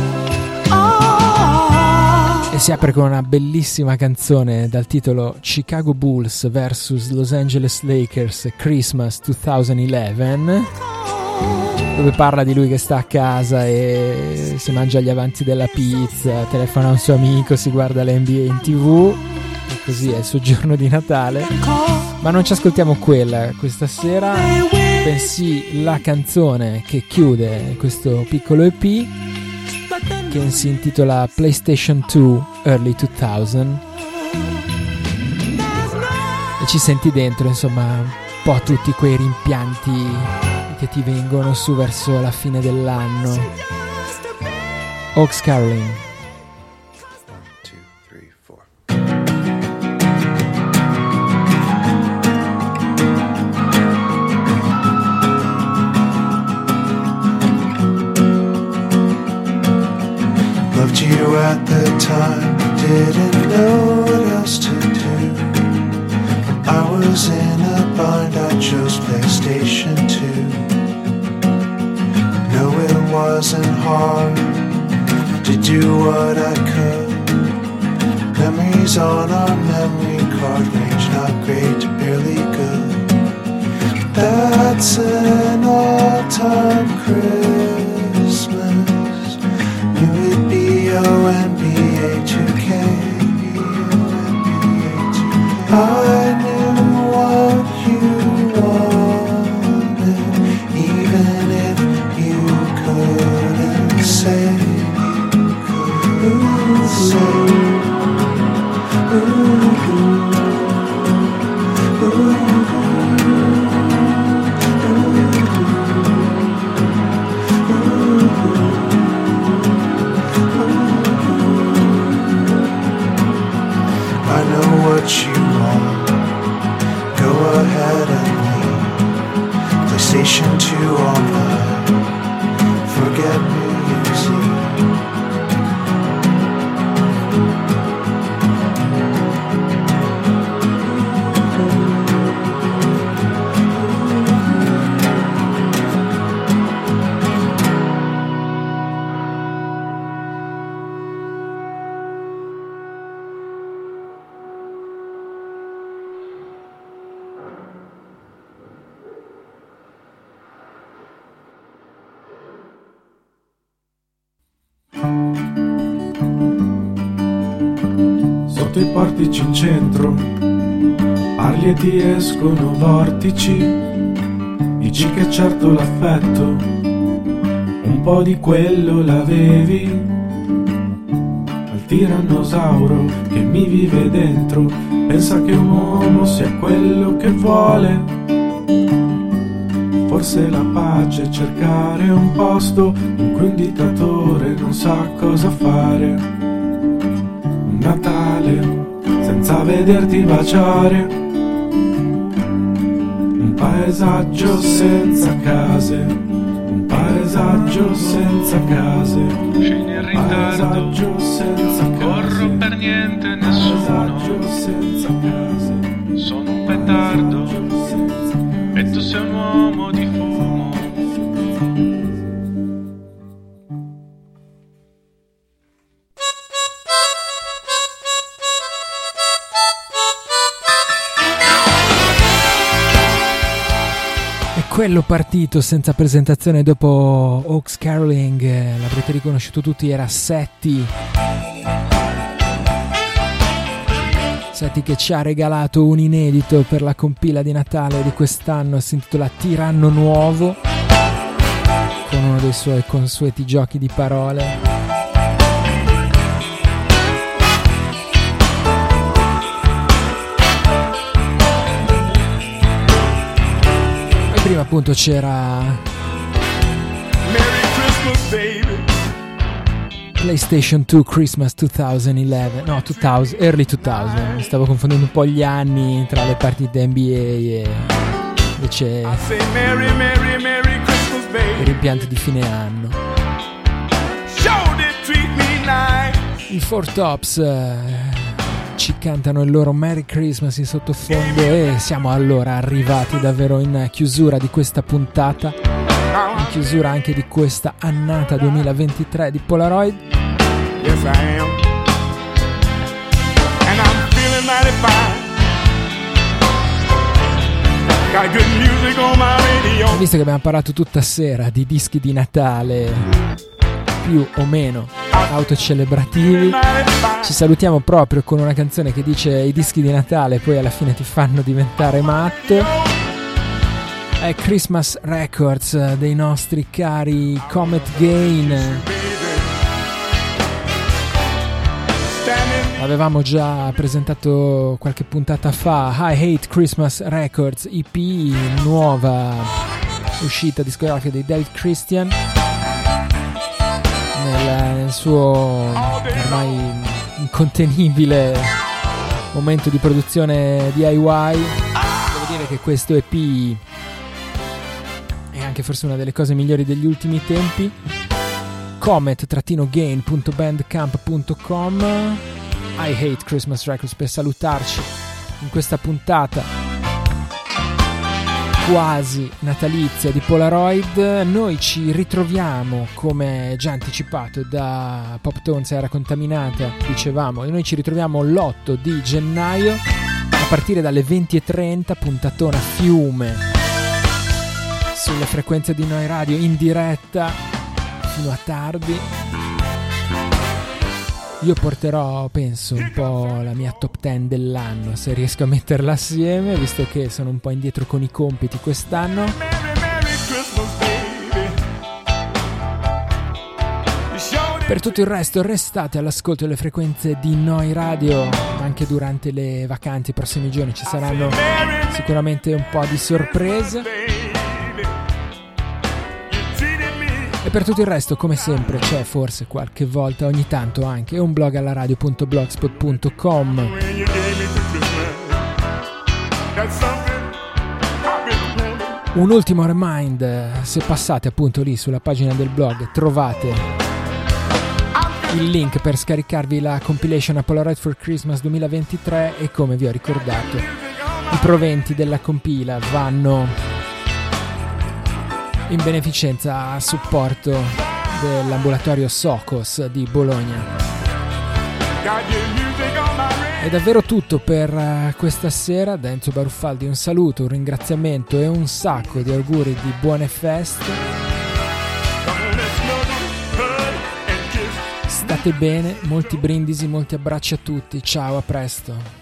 Oh, e si apre con una bellissima canzone dal titolo Chicago Bulls vs Los Angeles Lakers Christmas 2011, dove parla di lui che sta a casa e si mangia gli avanzi della pizza, telefona a un suo amico, si guarda l'NBA in TV e così è il suo giorno di Natale. Ma non ci ascoltiamo quella questa sera, bensì la canzone che chiude questo piccolo EP, che si intitola PlayStation 2 Early 2000, e ci senti dentro, insomma, un po' tutti quei rimpianti che ti vengono su verso la fine dell'anno. Aux Caroling. 1, 2, 3, 4. Loved you at the time, didn't know what else to do. I was in a bind, I chose PlayStation 2. No, it wasn't hard to do what I could. Memories on our memory card range, not great to barely good. That's an all-time Christmas. Knew it'd be O-N-B-A 2K. I knew what you wanted, even if you couldn't say. I know what you want. Go ahead and leave. PlayStation 2 all night. Forget New Year's Eve. Sotto i portici in centro parli e ti escono vortici. Dici che certo l'affetto un po' di quello l'avevi. Al tirannosauro che mi vive dentro pensa che un uomo sia quello che vuole. Forse la pace è cercare un posto in cui un dittatore non sa cosa fare. Un Natale senza vederti baciare. Un paesaggio senza case. Un paesaggio senza case. Sceni in ritardo, non corro per niente nessuno. Senza case. Sono un petardo e tu sei un uomo di fumo. Quello partito senza presentazione dopo Oaks Caroling, l'avrete riconosciuto tutti, era Setti che ci ha regalato un inedito per la compila di Natale di quest'anno, si intitola Tiranno Nuovo, con uno dei suoi consueti giochi di parole. Prima appunto c'era PlayStation 2 Christmas 2011, no 2000, early 2000, mi stavo confondendo un po' gli anni tra le partite NBA e invece i rimpianti di fine anno. I Four Tops ci cantano il loro Merry Christmas in sottofondo e siamo allora arrivati davvero in chiusura di questa puntata, in chiusura anche di questa annata 2023 di Polaroid. Yes, I am. And I'm feeling mighty fine. Got good music on my radio. Visto che abbiamo parlato tutta sera di dischi di Natale più o meno autocelebrativi, ci salutiamo proprio con una canzone che dice i dischi di Natale poi alla fine ti fanno diventare matto. È Christmas Records dei nostri cari Comet Gain. L'avevamo già presentato qualche puntata fa, I Hate Christmas Records EP, nuova uscita discografica di David Christian nel suo ormai incontenibile momento di produzione DIY. Devo dire che questo EP è anche forse una delle cose migliori degli ultimi tempi. comet-gain.bandcamp.com. I Hate Christmas Records per salutarci in questa puntata. quasi natalizia di Polaroid. Noi ci ritroviamo, come già anticipato da Pop Tones Era Contaminata, dicevamo, e noi ci ritroviamo l'8 di gennaio a partire dalle 20:30, puntatona Fiume sulle frequenze di Noi Radio in diretta fino a tardi. Io porterò, penso, un po' la mia top 10 dell'anno, se riesco a metterla assieme, visto che sono un po' indietro con i compiti quest'anno. Per tutto il resto restate all'ascolto delle frequenze di Noi Radio, anche durante le vacanze, i prossimi giorni ci saranno sicuramente un po' di sorprese. E per tutto il resto, come sempre, c'è forse qualche volta, ogni tanto anche, un blog alla radio.blogspot.com. Un ultimo remind, se passate appunto lì sulla pagina del blog trovate il link per scaricarvi la compilation A Polaroid for Christmas 2023 e, come vi ho ricordato, i proventi della compila vanno in beneficenza a supporto dell'ambulatorio Socos di Bologna. È davvero tutto per questa sera. Da Enzo Baruffaldi un saluto, un ringraziamento e un sacco di auguri di buone feste. State bene, molti brindisi, molti abbracci a tutti. Ciao, a presto.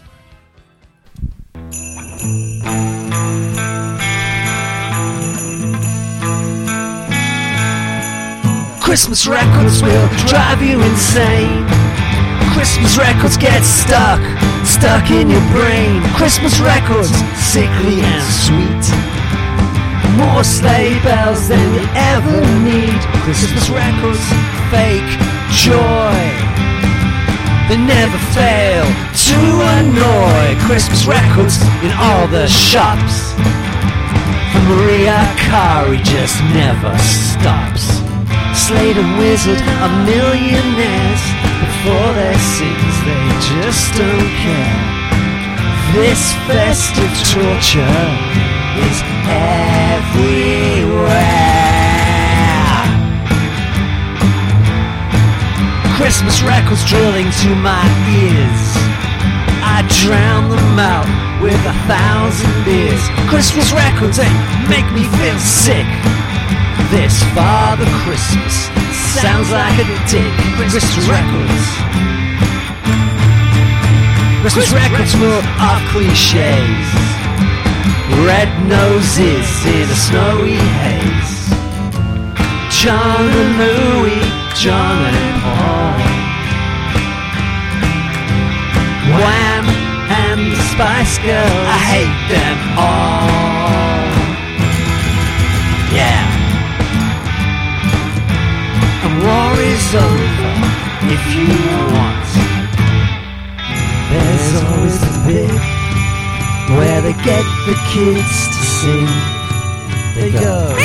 Christmas records will drive you insane. Christmas records get stuck in your brain. Christmas records, sickly and sweet. More sleigh bells than you ever need. Christmas records, fake joy. They never fail to annoy. Christmas records in all the shops. For Maria Carey just never stops. Slade and Wizard are millionaires. Before their sins they just don't care. This festive torture is everywhere. Christmas records drilling to my ears. I drown them out with 1,000 beers. Christmas records, they make me feel sick. This Father Christmas sounds like a dick. Christmas records. Christmas records full of cliches. Red noses in a snowy haze. John and Louie, John and Paul. Wham and the Spice Girls, I hate them all. Yeah. War is over if you want. There's always the bit where they get the kids to sing. They go.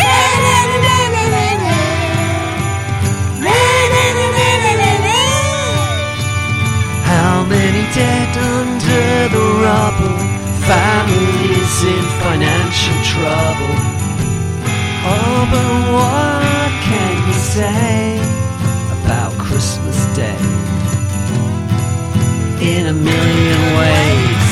How many dead under the rubble? Families in financial trouble. Oh, but what can you say about Christmas Day? In a million ways.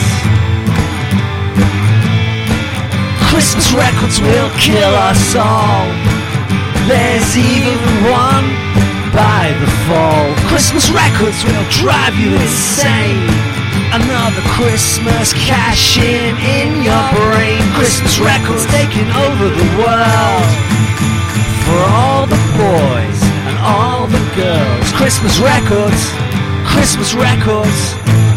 Christmas records will kill us all. There's even one by the fall. Christmas records will drive you insane. Another Christmas cash in your brain. Christmas records taking over the world. For all the boys and all the girls. Christmas records, Christmas records.